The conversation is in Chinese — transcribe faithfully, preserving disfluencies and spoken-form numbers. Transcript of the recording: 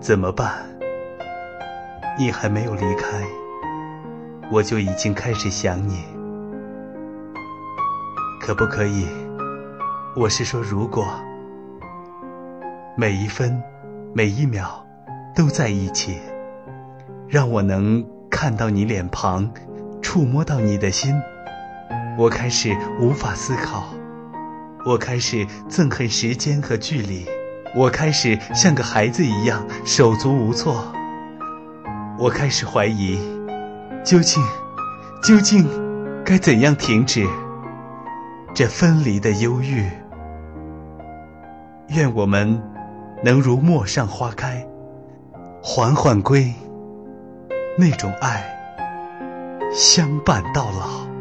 怎么办？你还没有离开，我就已经开始想你。可不可以，我是说如果，每一分每一秒都在一起，让我能看到你脸庞，触摸到你的心。我开始无法思考，我开始憎恨时间和距离，我开始像个孩子一样手足无措。我开始怀疑，究竟究竟该怎样停止这分离的忧郁。愿我们能如陌上花开，缓缓归，那种爱相伴到老。